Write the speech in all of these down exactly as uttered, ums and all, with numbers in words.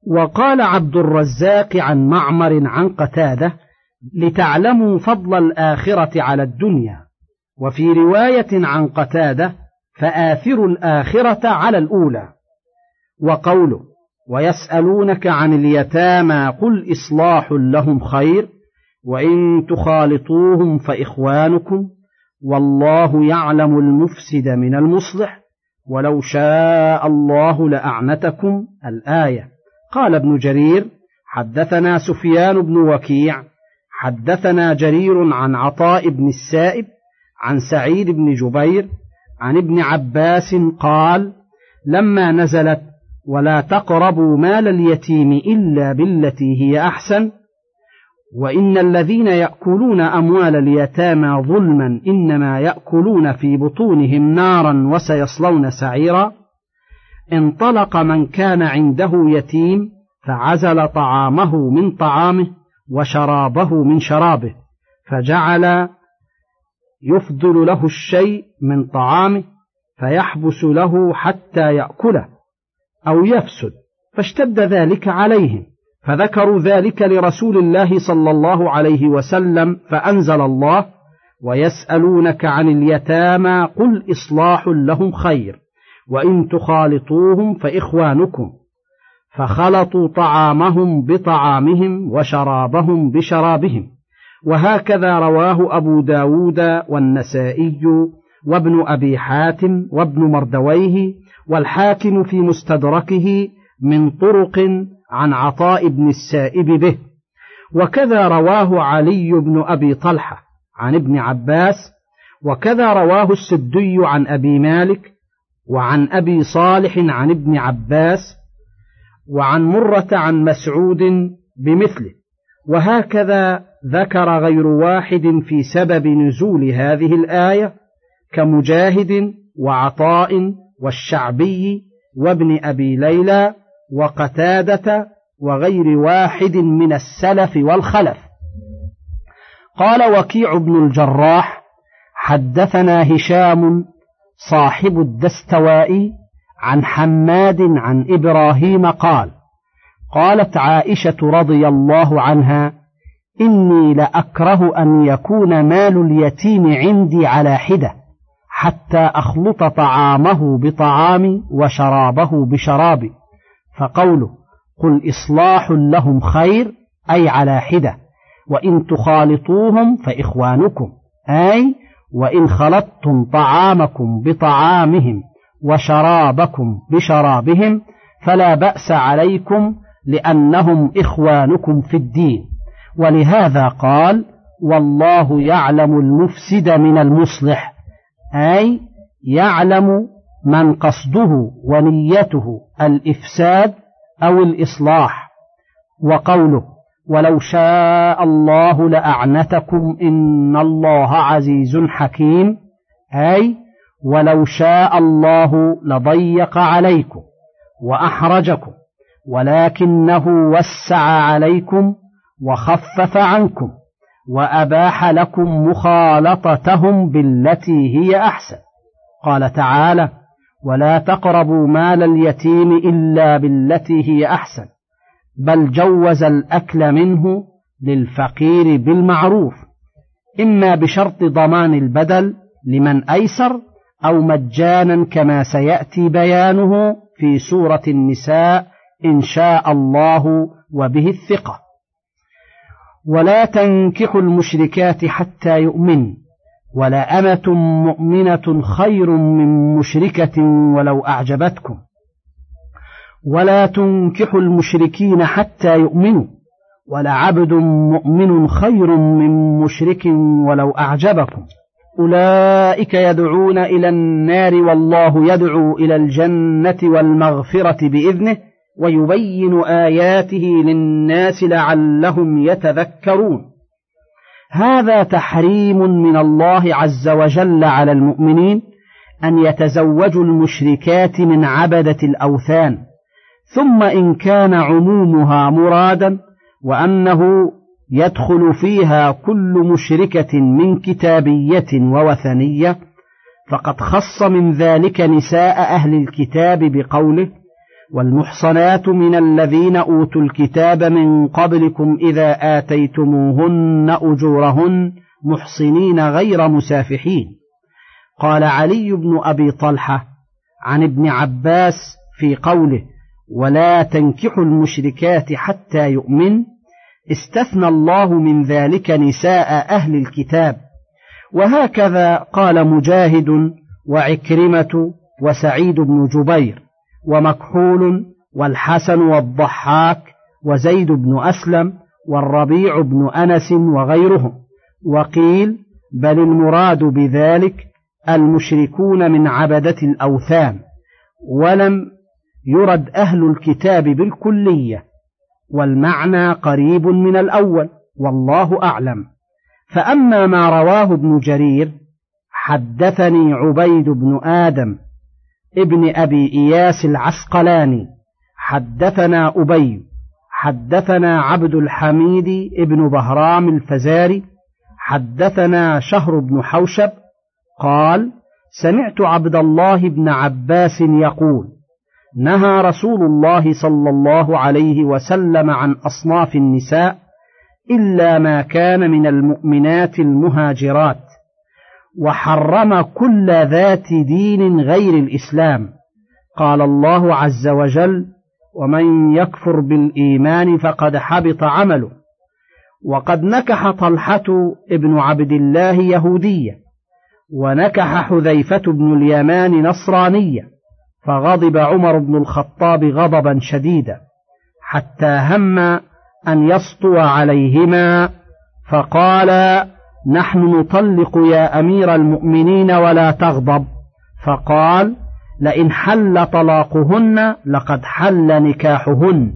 وقال عبد الرزاق عن معمر عن قتادة: لتعلموا فضل الآخرة على الدنيا. وفي رواية عن قتادة: فآثروا الآخرة على الأولى. وقوله: ويسألونك عن اليتامى قل إصلاح لهم خير وإن تخالطوهم فإخوانكم والله يعلم المفسد من المصلح ولو شاء الله لأعنتكم. الآية. قال ابن جرير: حدثنا سفيان بن وكيع حدثنا جرير عن عطاء بن السائب عن سعيد بن جبير عن ابن عباس قال: لما نزلت ولا تقربوا مال اليتيم إلا بالتي هي أحسن وإن الذين يأكلون أموال اليتامى ظلما إنما يأكلون في بطونهم نارا وسيصلون سعيرا، انطلق من كان عنده يتيم فعزل طعامه من طعامه وشرابه من شرابه، فجعل يفضل له الشيء من طعامه فيحبس له حتى يأكله أو يفسد، فاشتد ذلك عليهم، فذكروا ذلك لرسول الله صلى الله عليه وسلم، فأنزل الله: ويسألونك عن اليتامى قل إصلاح لهم خير وإن تخالطوهم فإخوانكم، فخلطوا طعامهم بطعامهم وشرابهم بشرابهم. وهكذا رواه أبو داود والنسائي وابن أبي حاتم وابن مردويه والحاكم في مستدركه من طرق عن عطاء بن السائب به. وكذا رواه علي بن أبي طلحة عن ابن عباس، وكذا رواه السدي عن أبي مالك وعن أبي صالح عن ابن عباس وعن مرة عن مسعود بمثله. وهكذا ذكر غير واحد في سبب نزول هذه الآية كمجاهد وعطاء والشعبي وابن أبي ليلى وقتادة وغير واحد من السلف والخلف. قال وكيع بن الجراح: حدثنا هشام صاحب الدستوائي عن حماد عن إبراهيم قال: قالت عائشة رضي الله عنها: إني لأكره أن يكون مال اليتيم عندي على حدة حتى أخلط طعامه بطعامي وشرابه بشرابي. فقوله قل إصلاح لهم خير أي على حدة، وإن تخالطوهم فإخوانكم، أي وإن خلطتم طعامكم بطعامهم وشرابكم بشرابهم فلا بأس عليكم لأنهم إخوانكم في الدين. ولهذا قال: والله يعلم المفسد من المصلح، أي يعلم من قصده ونيته الإفساد أو الإصلاح. وقوله ولو شاء الله لأعنتكم إن الله عزيز حكيم، أي ولو شاء الله لضيق عليكم وأحرجكم ولكنه وسع عليكم وخفف عنكم وأباح لكم مخالطتهم بالتي هي أحسن. قال تعالى: ولا تقربوا مال اليتيم إلا بالتي هي أحسن، بل جوز الأكل منه للفقير بالمعروف، إما بشرط ضمان البدل لمن أيسر أو مجانا كما سيأتي بيانه في سورة النساء إن شاء الله وبه الثقة. ولا تنكحوا المشركات حتى يؤمن، ولا أمة مؤمنة خير من مشركة ولو أعجبتكم، ولا تنكحوا المشركين حتى يؤمنوا، ولا عبد مؤمن خير من مشرك ولو أعجبكم، أولئك يدعون إلى النار والله يدعو إلى الجنة والمغفرة بإذنه ويبين آياته للناس لعلهم يتذكرون. هذا تحريم من الله عز وجل على المؤمنين أن يتزوجوا المشركات من عبدة الأوثان، ثم إن كان عمومها مرادا وأنه يدخل فيها كل مشركة من كتابية ووثنية، فقد خص من ذلك نساء أهل الكتاب بقوله: والمحصنات من الذين أوتوا الكتاب من قبلكم إذا آتيتموهن أجورهن محصنين غير مسافحين. قال علي بن أبي طلحة عن ابن عباس في قوله ولا تنكحوا المشركات حتى يؤمن استثنى الله من ذلك نساء أهل الكتاب. وهكذا قال مجاهد وعكرمة وسعيد بن جبير ومكحول والحسن والضحاك وزيد بن أسلم والربيع بن أنس وغيرهم. وقيل بل المراد بذلك المشركون من عبدة الأوثان، ولم يرد أهل الكتاب بالكلية، والمعنى قريب من الأول والله أعلم. فأما ما رواه ابن جرير حدثني عبيد بن آدم ابن أبي إياس العسقلاني حدثنا أبي حدثنا عبد الحميد ابن بهرام الفزاري حدثنا شهر بن حوشب قال سمعت عبد الله بن عباس يقول نهى رسول الله صلى الله عليه وسلم عن أصناف النساء إلا ما كان من المؤمنات المهاجرات، وحرم كل ذات دين غير الإسلام. قال الله عز وجل ومن يكفر بالإيمان فقد حبط عمله. وقد نكح طلحة ابن عبد الله يهودية، ونكح حذيفة بن اليمان نصرانية، فغضب عمر بن الخطاب غضبا شديدا حتى هم أن يسطو عليهما، فقال نحن نطلق يا أمير المؤمنين ولا تغضب. فقال لئن حل طلاقهن لقد حل نكاحهن،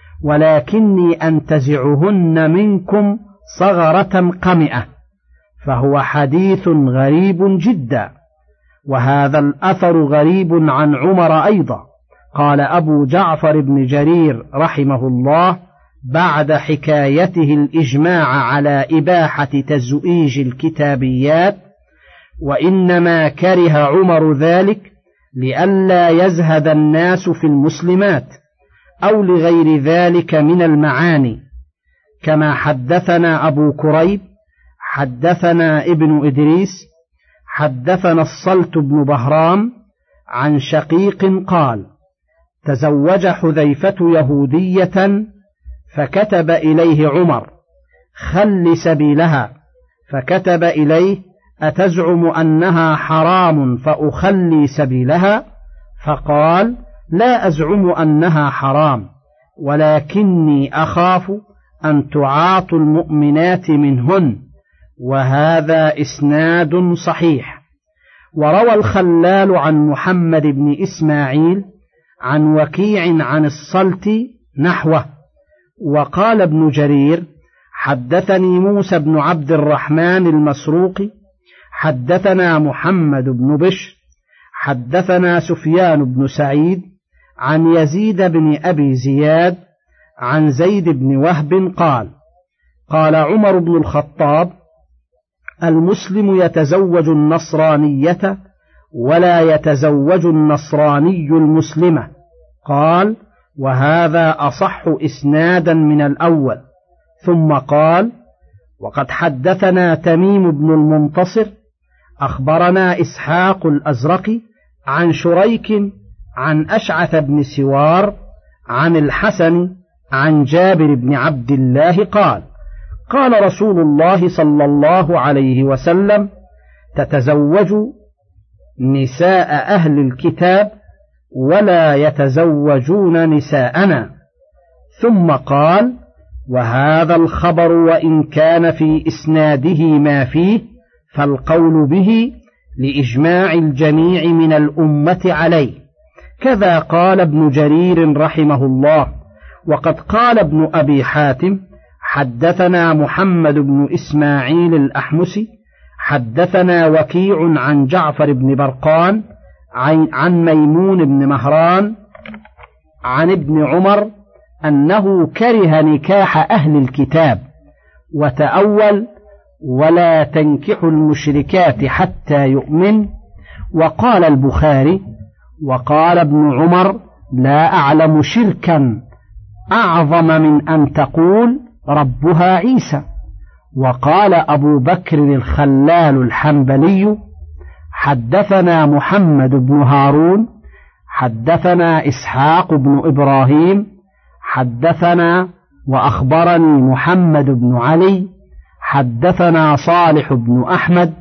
ولكني أنتزعهن منكم صغرة قمئة. فهو حديث غريب جدا. وهذا الأثر غريب عن عمر أيضا. قال أبو جعفر بن جرير رحمه الله بعد حكايته الإجماع على إباحة تزويج الكتابيات وإنما كره عمر ذلك لئلا يزهد الناس في المسلمات أو لغير ذلك من المعاني، كما حدثنا أبو كريب حدثنا ابن إدريس حدثنا الصلت بن بهرام عن شقيق قال تزوج حذيفة يهودية فكتب إليه عمر خل سبيلها، فكتب إليه أتزعم أنها حرام فأخلي سبيلها؟ فقال لا أزعم أنها حرام، ولكني أخاف أن تعاطوا المؤمنات منهن. وهذا إسناد صحيح. وروى الخلال عن محمد بن إسماعيل عن وكيع عن الصلت نحوه. وقال ابن جرير حدثني موسى بن عبد الرحمن المسروقي حدثنا محمد بن بشر حدثنا سفيان بن سعيد عن يزيد بن أبي زياد عن زيد بن وهب قال قال عمر بن الخطاب المسلم يتزوج النصرانية ولا يتزوج النصراني المسلمة. قال وهذا أصح إسنادا من الأول. ثم قال وقد حدثنا تميم بن المنتصر أخبرنا إسحاق الأزرقي عن شريك عن أشعث بن سوار عن الحسن عن جابر بن عبد الله قال قال رسول الله صلى الله عليه وسلم تتزوج نساء أهل الكتاب ولا يتزوجون نساءنا. ثم قال وهذا الخبر وإن كان في إسناده ما فيه فالقول به لإجماع الجميع من الأمة عليه. كذا قال ابن جرير رحمه الله. وقد قال ابن أبي حاتم حدثنا محمد بن إسماعيل الأحمسي حدثنا وكيع عن جعفر بن برقان عن ميمون بن مهران عن ابن عمر أنه كره نكاح أهل الكتاب وتأول ولا تنكحوا المشركات حتى يؤمن. وقال البخاري وقال ابن عمر لا أعلم شركا أعظم من أن تقول ربها عيسى. وقال أبو بكر الخلال الحنبلي: حدثنا محمد بن هارون حدثنا إسحاق بن إبراهيم حدثنا وأخبرني محمد بن علي حدثنا صالح بن أحمد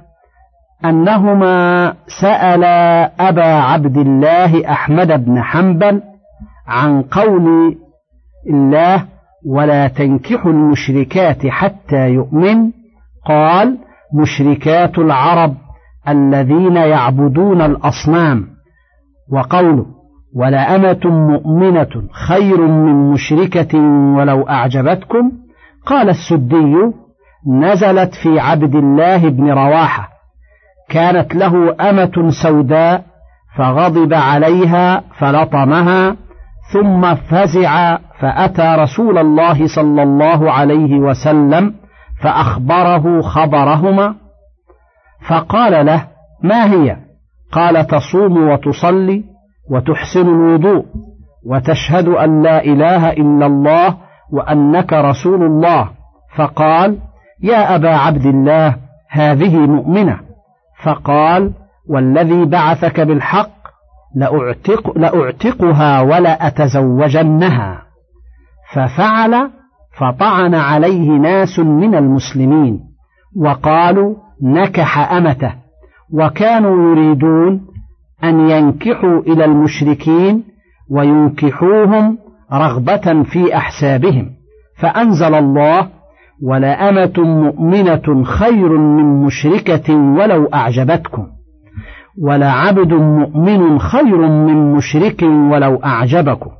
أنهما سألا أبا عبد الله أحمد بن حنبل عن قول الله: ولا تنكحوا المشركات حتى يؤمن. قال: مشركات العرب الذين يعبدون الأصنام. وقوله: ولأمة مؤمنة خير من مشركة ولو أعجبتكم. قال السدي: نزلت في عبد الله بن رواحة، كانت له أمة سوداء فغضب عليها فلطمها، ثم فزع فأتى رسول الله صلى الله عليه وسلم فأخبره خبرهما، فقال له: ما هي؟ قال: تصوم وتصلي وتحسن الوضوء وتشهد أن لا إله إلا الله وأنك رسول الله. فقال: يا أبا عبد الله، هذه مؤمنة. فقال: والذي بعثك بالحق لأعتق لأعتقها ولا أتزوجنها. ففعل، فطعن عليه ناس من المسلمين وقالوا: نكح أمته، وكانوا يريدون أن ينكحوا إلى المشركين وينكحوهم رغبة في أحسابهم، فأنزل الله: ولأمة مؤمنة خير من مشركة ولو أعجبتكم، ولعبد مؤمن خير من مشرك ولو أعجبكم.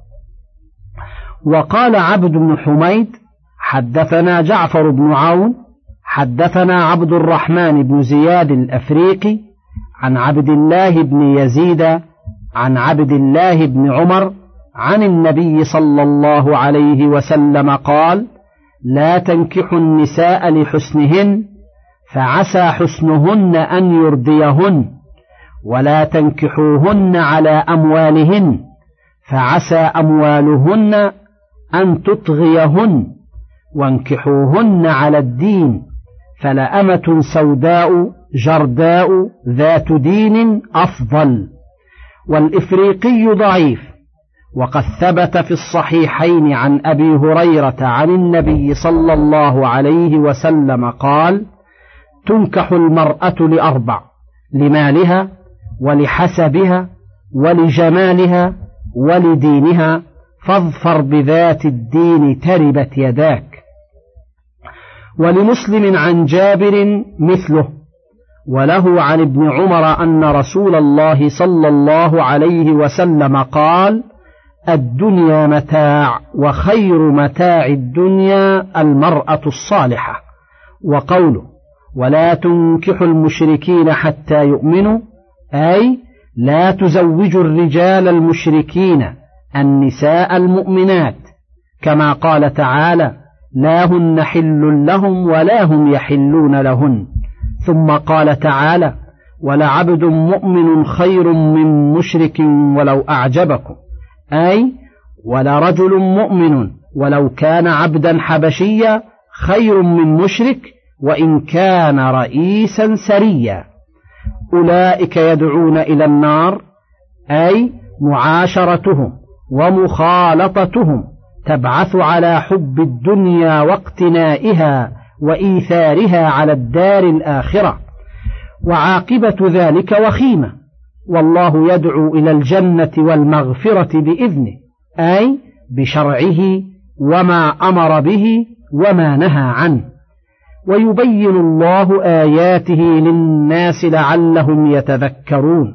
وقال عبد بن حميد: حدثنا جعفر بن عون حدثنا عبد الرحمن بن زياد الأفريقي عن عبد الله بن يزيد عن عبد الله بن عمر عن النبي صلى الله عليه وسلم قال: لا تنكحوا النساء لحسنهن فعسى حسنهن أن يرديهن، ولا تنكحوهن على أموالهن فعسى أموالهن أن تطغيهن، وانكحوهن على الدين، فلأمة سوداء جرداء ذات دين أفضل. والإفريقي ضعيف، وقد ثبت في الصحيحين عن أبي هريرة عن النبي صلى الله عليه وسلم قال: تنكح المرأة لأربع: لمالها ولحسبها ولجمالها ولدينها، فاظفر بذات الدين تربت يداك. ولمسلم عن جابر مثله، وله عن ابن عمر أن رسول الله صلى الله عليه وسلم قال: الدنيا متاع، وخير متاع الدنيا المرأة الصالحة. وقوله: ولا تنكحوا المشركين حتى يؤمنوا، أي لا تزوجوا الرجال المشركين النساء المؤمنات، كما قال تعالى: لا هن حل لهم ولا هم يحلون لهن. ثم قال تعالى: ولعبد مؤمن خير من مشرك ولو أعجبكم، أي ولرجل مؤمن ولو كان عبدا حبشيا خير من مشرك وإن كان رئيسا سريا. أولئك يدعون إلى النار، أي معاشرتهم ومخالطتهم تبعث على حب الدنيا واقتنائها وإيثارها على الدار الآخرة، وعاقبة ذلك وخيمة. والله يدعو إلى الجنة والمغفرة بإذنه، أي بشرعه وما أمر به وما نهى عنه، ويبين الله آياته للناس لعلهم يتذكرون.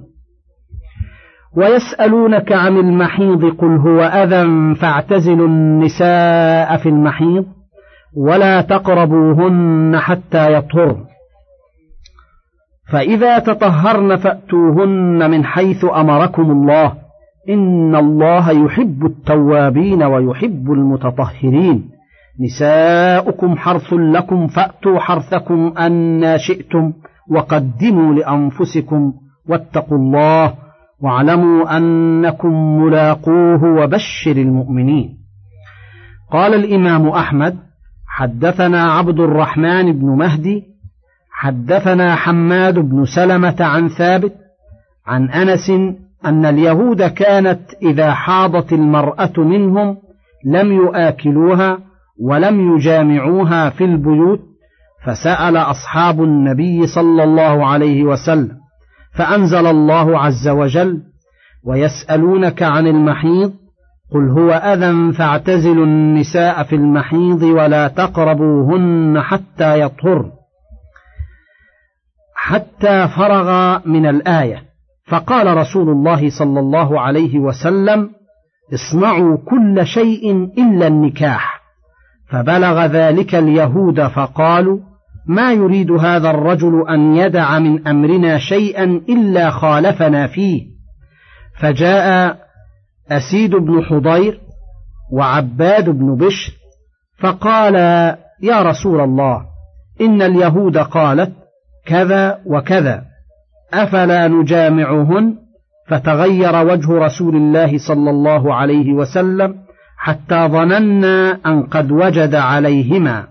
ويسألونك عن المحيض قل هو أذى فاعتزلوا النساء في المحيض ولا تقربوهن حتى يطهرن، فإذا تطهرن فأتوهن من حيث أمركم الله، إن الله يحب التوابين ويحب المتطهرين. نساؤكم حرث لكم فأتوا حرثكم أن شئتم وقدموا لأنفسكم واتقوا الله واعلموا أنكم ملاقوه وبشر المؤمنين. قال الإمام أحمد: حدثنا عبد الرحمن بن مهدي حدثنا حماد بن سلمة عن ثابت عن أنس أن اليهود كانت إذا حاضت المرأة منهم لم يآكلوها ولم يجامعوها في البيوت، فسأل أصحاب النبي صلى الله عليه وسلم فأنزل الله عز وجل: ويسألونك عن المحيض قل هو أذى فاعتزلوا النساء في المحيض ولا تقربوهن حتى يطهرن، حتى فرغ من الآية. فقال رسول الله صلى الله عليه وسلم: اصنعوا كل شيء إلا النكاح. فبلغ ذلك اليهود فقالوا: ما يريد هذا الرجل أن يدع من أمرنا شيئا إلا خالفنا فيه. فجاء أسيد بن حضير وعباد بن بشر فقال: يا رسول الله، إن اليهود قالت كذا وكذا، أفلا نجامعهن؟ فتغير وجه رسول الله صلى الله عليه وسلم حتى ظننا أن قد وجد عليهما،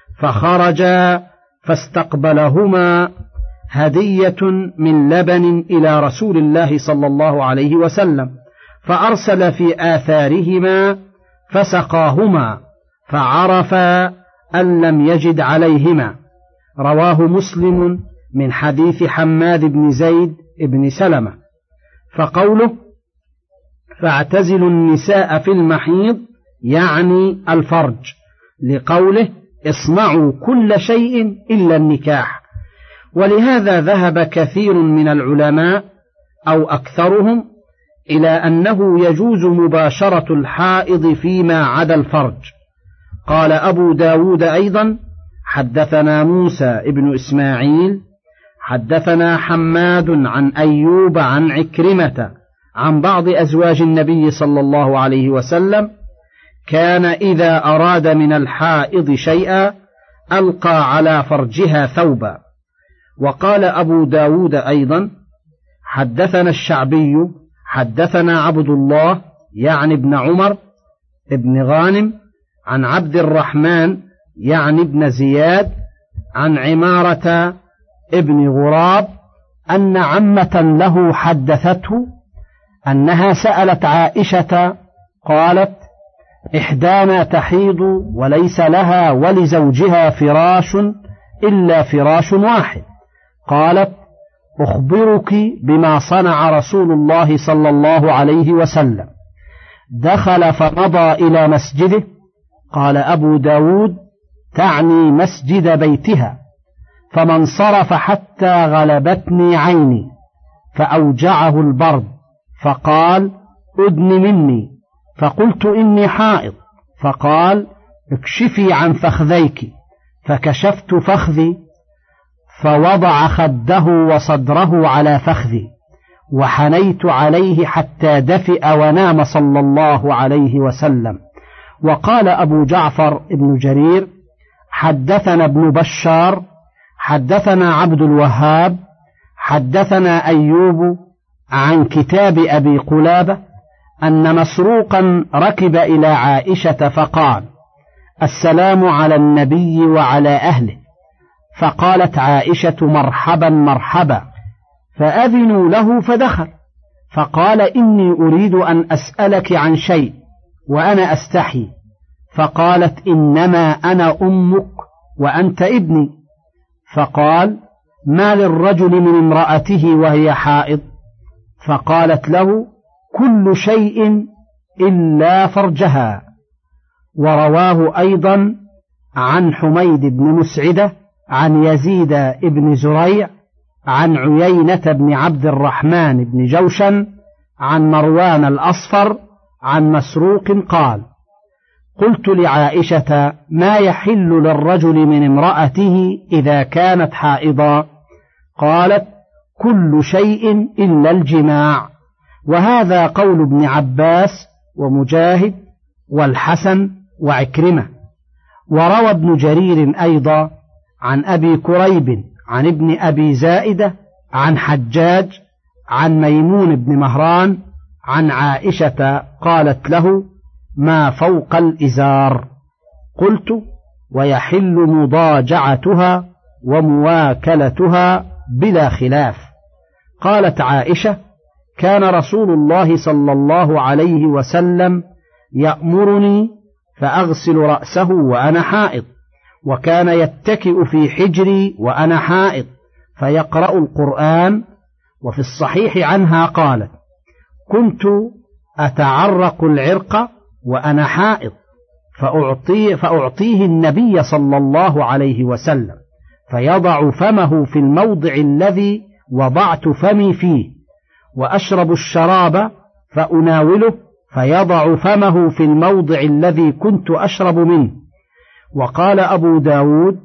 فخرجا فاستقبلهما هدية من لبن إلى رسول الله صلى الله عليه وسلم، فأرسل في آثارهما فسقاهما، فعرف أن لم يجد عليهما. رواه مسلم من حديث حماد بن زيد بن سلمة. فقوله: فاعتزلوا النساء في المحيض يعني الفرج، لقوله: اصنعوا كل شيء إلا النكاح. ولهذا ذهب كثير من العلماء أو أكثرهم إلى أنه يجوز مباشرة الحائض فيما عدا الفرج. قال أبو داود أيضا: حدثنا موسى ابن إسماعيل حدثنا حماد عن أيوب عن عكرمة عن بعض أزواج النبي صلى الله عليه وسلم كان إذا أراد من الحائض شيئا ألقى على فرجها ثوبا. وقال أبو داود أيضا: حدثنا الشعبي حدثنا عبد الله يعني ابن عمر ابن غانم عن عبد الرحمن يعني ابن زياد عن عمارة ابن غراب أن عمة له حدثته أنها سألت عائشة قالت: إحدانا تحيض وليس لها ولزوجها فراش إلا فراش واحد. قالت: أخبرك بما صنع رسول الله صلى الله عليه وسلم. دخل فمضى إلى مسجده. قال أبو داود: تعني مسجد بيتها. فما انصرف حتى غلبتني عيني فأوجعه البرد، فقال: أدن مني. فقلت: إني حائض. فقال: اكشفي عن فخذيك. فكشفت فخذي، فوضع خده وصدره على فخذي، وحنيت عليه حتى دفئ ونام صلى الله عليه وسلم. وقال أبو جعفر ابن جرير: حدثنا ابن بشار حدثنا عبد الوهاب حدثنا أيوب عن كتاب أبي قلابة أن مسروقا ركب إلى عائشة فقال: السلام على النبي وعلى أهله. فقالت عائشة: مرحبا مرحبا. فأذنوا له فدخل، فقال: إني أريد أن أسألك عن شيء وأنا أستحي. فقالت: إنما أنا أمك وأنت ابني. فقال: ما للرجل من امرأته وهي حائض؟ فقالت له: كل شيء إلا فرجها. ورواه أيضا عن حميد بن مسعدة عن يزيد بن زريع عن عيينة بن عبد الرحمن بن جوشن عن مروان الأصفر عن مسروق قال: قلت لعائشة: ما يحل للرجل من امرأته إذا كانت حائضا؟ قالت: كل شيء إلا الجماع. وهذا قول ابن عباس ومجاهد والحسن وعكرمة. وروى ابن جرير أيضا عن أبي كريب عن ابن أبي زائدة عن حجاج عن ميمون بن مهران عن عائشة قالت له: ما فوق الإزار. قلت: ويحل مضاجعتها ومواكلتها بلا خلاف. قالت عائشة: كان رسول الله صلى الله عليه وسلم يأمرني فأغسل رأسه وأنا حائض، وكان يتكئ في حجري وأنا حائض فيقرأ القرآن. وفي الصحيح عنها قالت: كنت أتعرق العرق وأنا حائض فأعطي فأعطيه النبي صلى الله عليه وسلم فيضع فمه في الموضع الذي وضعت فمي فيه، وأشرب الشراب فأناوله فيضع فمه في الموضع الذي كنت أشرب منه. وقال أبو داود: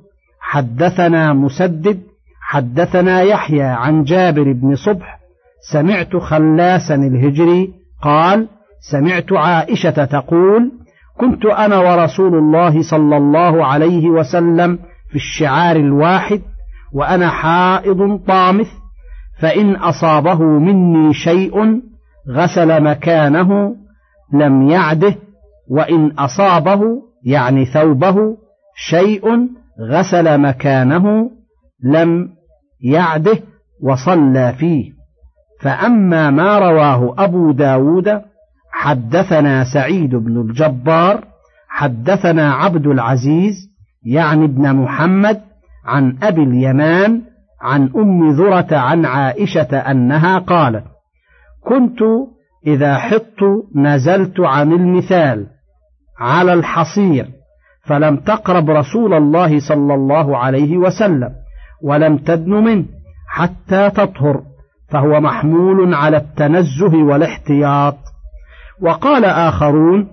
حدثنا مسدد حدثنا يحيى عن جابر بن صبح سمعت خلاسا الهجري قال: سمعت عائشة تقول: كنت أنا ورسول الله صلى الله عليه وسلم في الشعار الواحد وأنا حائض طامث، فإن أصابه مني شيء غسل مكانه لم يعده، وإن أصابه يعني ثوبه شيء غسل مكانه لم يعده وصلى فيه. فأما ما رواه أبو داود: حدثنا سعيد بن الجبار حدثنا عبد العزيز يعني ابن محمد عن أبي اليمان عن أم ذرة عن عائشة أنها قالت: كنت إذا حطت نزلت عن المثال على الحصير فلم تقرب رسول الله صلى الله عليه وسلم ولم تدن منه حتى تطهر، فهو محمول على التنزه والاحتياط. وقال آخرون: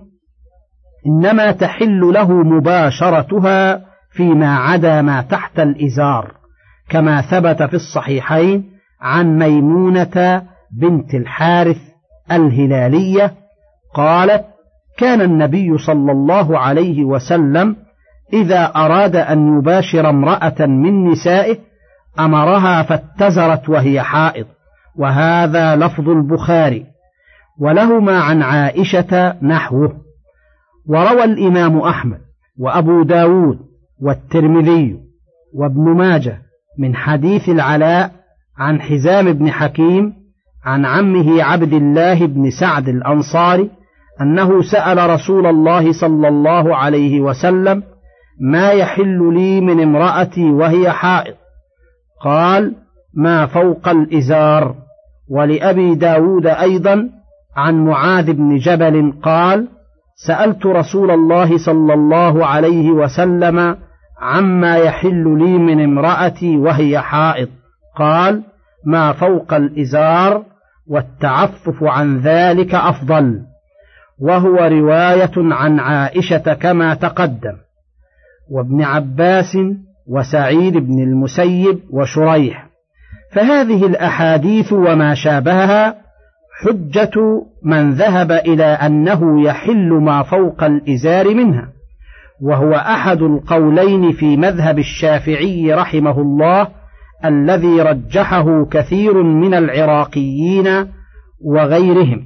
إنما تحل له مباشرتها فيما عدا ما تحت الإزار، كما ثبت في الصحيحين عن ميمونة بنت الحارث الهلالية قالت: كان النبي صلى الله عليه وسلم إذا أراد أن يباشر امرأة من نسائه أمرها فاتزرت وهي حائض. وهذا لفظ البخاري، ولهما عن عائشة نحوه. وروى الإمام أحمد وأبو داود والترمذي وابن ماجه من حديث العلاء عن حزام بن حكيم عن عمه عبد الله بن سعد الأنصاري أنه سأل رسول الله صلى الله عليه وسلم: ما يحل لي من امرأتي وهي حائض؟ قال: ما فوق الإزار. ولأبي داود أيضا عن معاذ بن جبل قال: سألت رسول الله صلى الله عليه وسلم عما يحل لي من امرأتي وهي حائض، قال: ما فوق الإزار، والتعفف عن ذلك أفضل. وهو رواية عن عائشة كما تقدم، وابن عباس وسعيد بن المسيب وشريح. فهذه الأحاديث وما شابهها حجة من ذهب إلى أنه يحل ما فوق الإزار منها، وهو أحد القولين في مذهب الشافعي رحمه الله الذي رجحه كثير من العراقيين وغيرهم.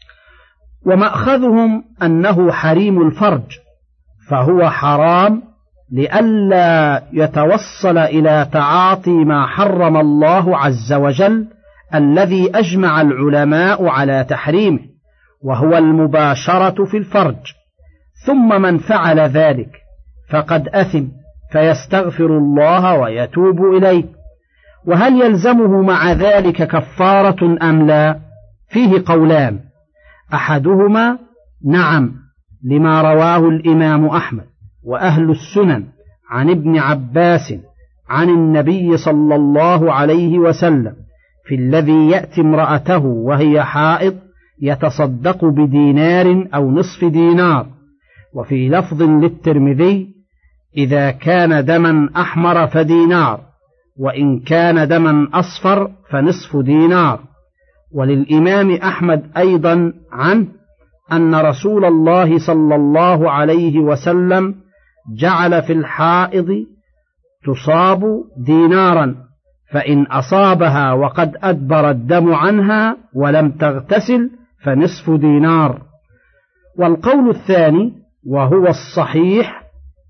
ومأخذهم أنه حريم الفرج، فهو حرام لئلا يتوصل إلى تعاطي ما حرم الله عز وجل الذي أجمع العلماء على تحريمه، وهو المباشرة في الفرج. ثم من فعل ذلك فقد أثم فيستغفر الله ويتوب إليه. وهل يلزمه مع ذلك كفارة أم لا؟ فيه قولان: أحدهما نعم، لما رواه الإمام أحمد وأهل السنن عن ابن عباس عن النبي صلى الله عليه وسلم في الذي يأتي امرأته وهي حائض يتصدق بدينار أو نصف دينار. وفي لفظ للترمذي: إذا كان دما أحمر فدينار، وإن كان دما أصفر فنصف دينار. وللإمام أحمد أيضا عنه أن رسول الله صلى الله عليه وسلم جعل في الحائض تصاب دينارا، فإن أصابها وقد أدبر الدم عنها ولم تغتسل فنصف دينار. والقول الثاني وهو الصحيح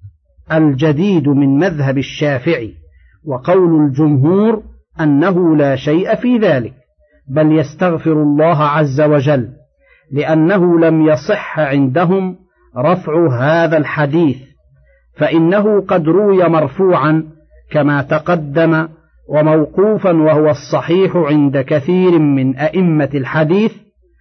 الجديد من مذهب الشافعي، وقول الجمهور أنه لا شيء في ذلك، بل يستغفر الله عز وجل، لأنه لم يصح عندهم رفع هذا الحديث، فإنه قد روي مرفوعا كما تقدم، وموقوفا وهو الصحيح عند كثير من أئمة الحديث.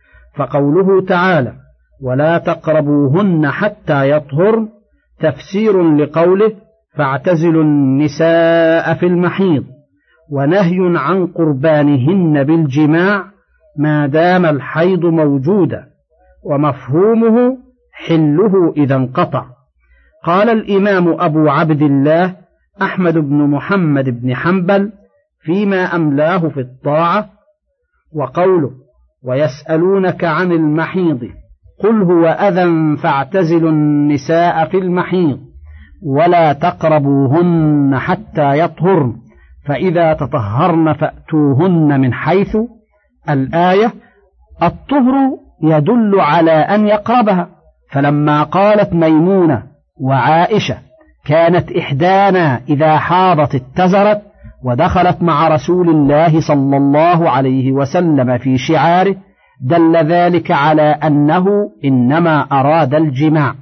فقوله تعالى ولا تقربوهن حتى يطهرن تفسير لقوله فاعتزلوا النساء في المحيض، ونهي عن قربانهن بالجماع ما دام الحيض موجودا، ومفهومه حله إذا انقطع. قال الإمام أبو عبد الله أحمد بن محمد بن حنبل فيما أملاه في الطاعة: وقوله ويسألونك عن المحيض قل هو أذى فاعتزلوا النساء في المحيض ولا تقربوهن حتى يطهرن فإذا تطهرن فأتوهن من حيث الآية. الطهر يدل على أن يقربها، فلما قالت ميمونة وعائشة كانت إحدانا إذا حاضت اتزرت ودخلت مع رسول الله صلى الله عليه وسلم في شعاره، دل ذلك على أنه إنما أراد الجماع.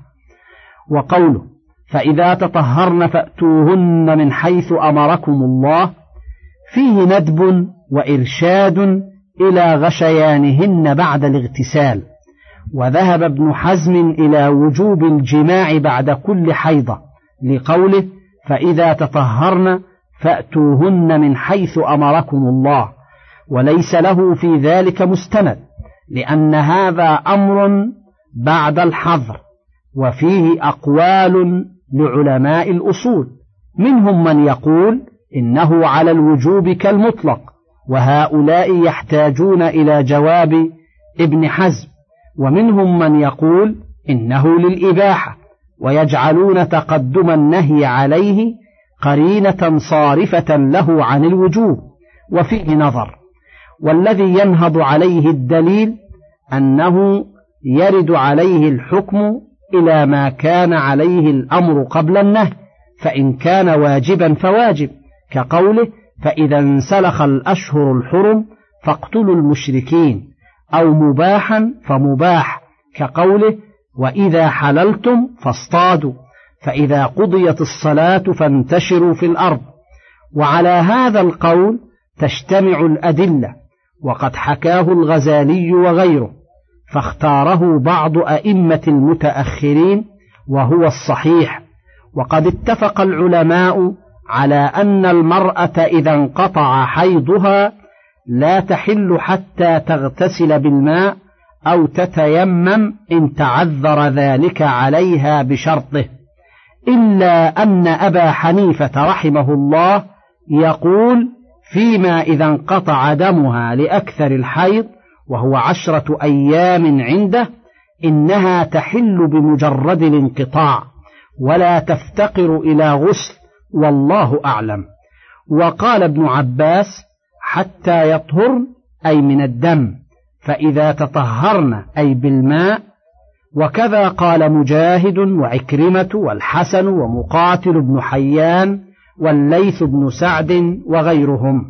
وقوله فإذا تطهرن فأتوهن من حيث أمركم الله فيه ندب وإرشاد إلى غشيانهن بعد الاغتسال. وذهب ابن حزم إلى وجوب الجماع بعد كل حيضة لقوله فإذا تطهرن فأتوهن من حيث أمركم الله، وليس له في ذلك مستند، لأن هذا أمر بعد الحظر، وفيه أقوال لعلماء الأصول، منهم من يقول إنه على الوجوب كالمطلق، وهؤلاء يحتاجون إلى جواب ابن حزم، ومنهم من يقول إنه للإباحة، ويجعلون تقدم النهي عليه قرينة صارفة له عن الوجوب، وفيه نظر. والذي ينهض عليه الدليل أنه يرد عليه الحكم إلى ما كان عليه الأمر قبل النهي، فإن كان واجبا فواجب، كقوله فإذا انسلخ الأشهر الحرم فاقتلوا المشركين، أو مباحا فمباح، كقوله وإذا حللتم فاصطادوا، فإذا قضيت الصلاة فانتشروا في الأرض. وعلى هذا القول تجتمع الأدلة، وقد حكاه الغزالي وغيره، فاختاره بعض أئمة المتأخرين وهو الصحيح. وقد اتفق العلماء على أن المرأة إذا انقطع حيضها لا تحل حتى تغتسل بالماء أو تتيمم إن تعذر ذلك عليها بشرطه، إلا أن أبا حنيفة رحمه الله يقول فيما إذا انقطع دمها لأكثر الحيض وهو عشرة أيام عنده إنها تحل بمجرد الانقطاع ولا تفتقر إلى غسل، والله أعلم. وقال ابن عباس حتى يطهرن أي من الدم، فإذا تطهرن أي بالماء. وكذا قال مجاهد وعكرمة والحسن ومقاتل بن حيان والليث بن سعد وغيرهم.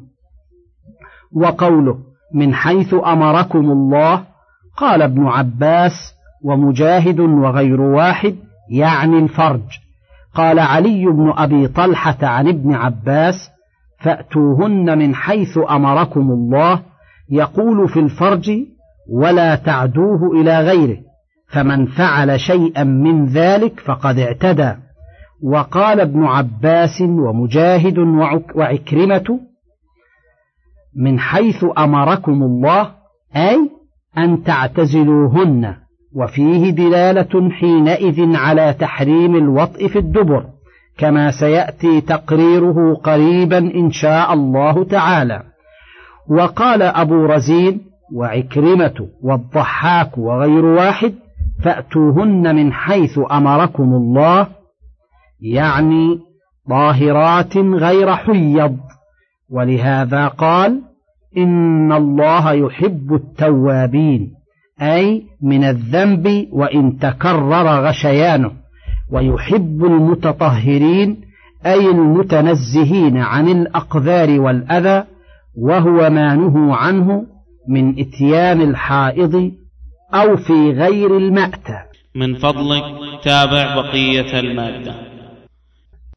وقوله من حيث أمركم الله قال ابن عباس ومجاهد وغير واحد يعني الفرج. قال علي بن أبي طلحة عن ابن عباس فأتوهن من حيث أمركم الله، يقول في الفرج ولا تعدوه إلى غيره، فمن فعل شيئا من ذلك فقد اعتدى. وقال ابن عباس ومجاهد وعكرمة من حيث أمركم الله أي أن تعتزلوهن، وفيه دلالة حينئذ على تحريم الوطء في الدبر، كما سيأتي تقريره قريبا إن شاء الله تعالى. وقال أبو رزين وعكرمة والضحاك وغير واحد فأتوهن من حيث أمركم الله، يعني ظاهرات غير حيض، ولهذا قال إن الله يحب التوابين، أي من الذنب وإن تكرر غشيانه، ويحب المتطهرين أي المتنزهين عن الأقذار والأذى، وهو ما نهوا عنه من إتيان الحائض أو في غير المأتى. من فضلك تابع بقية المادة.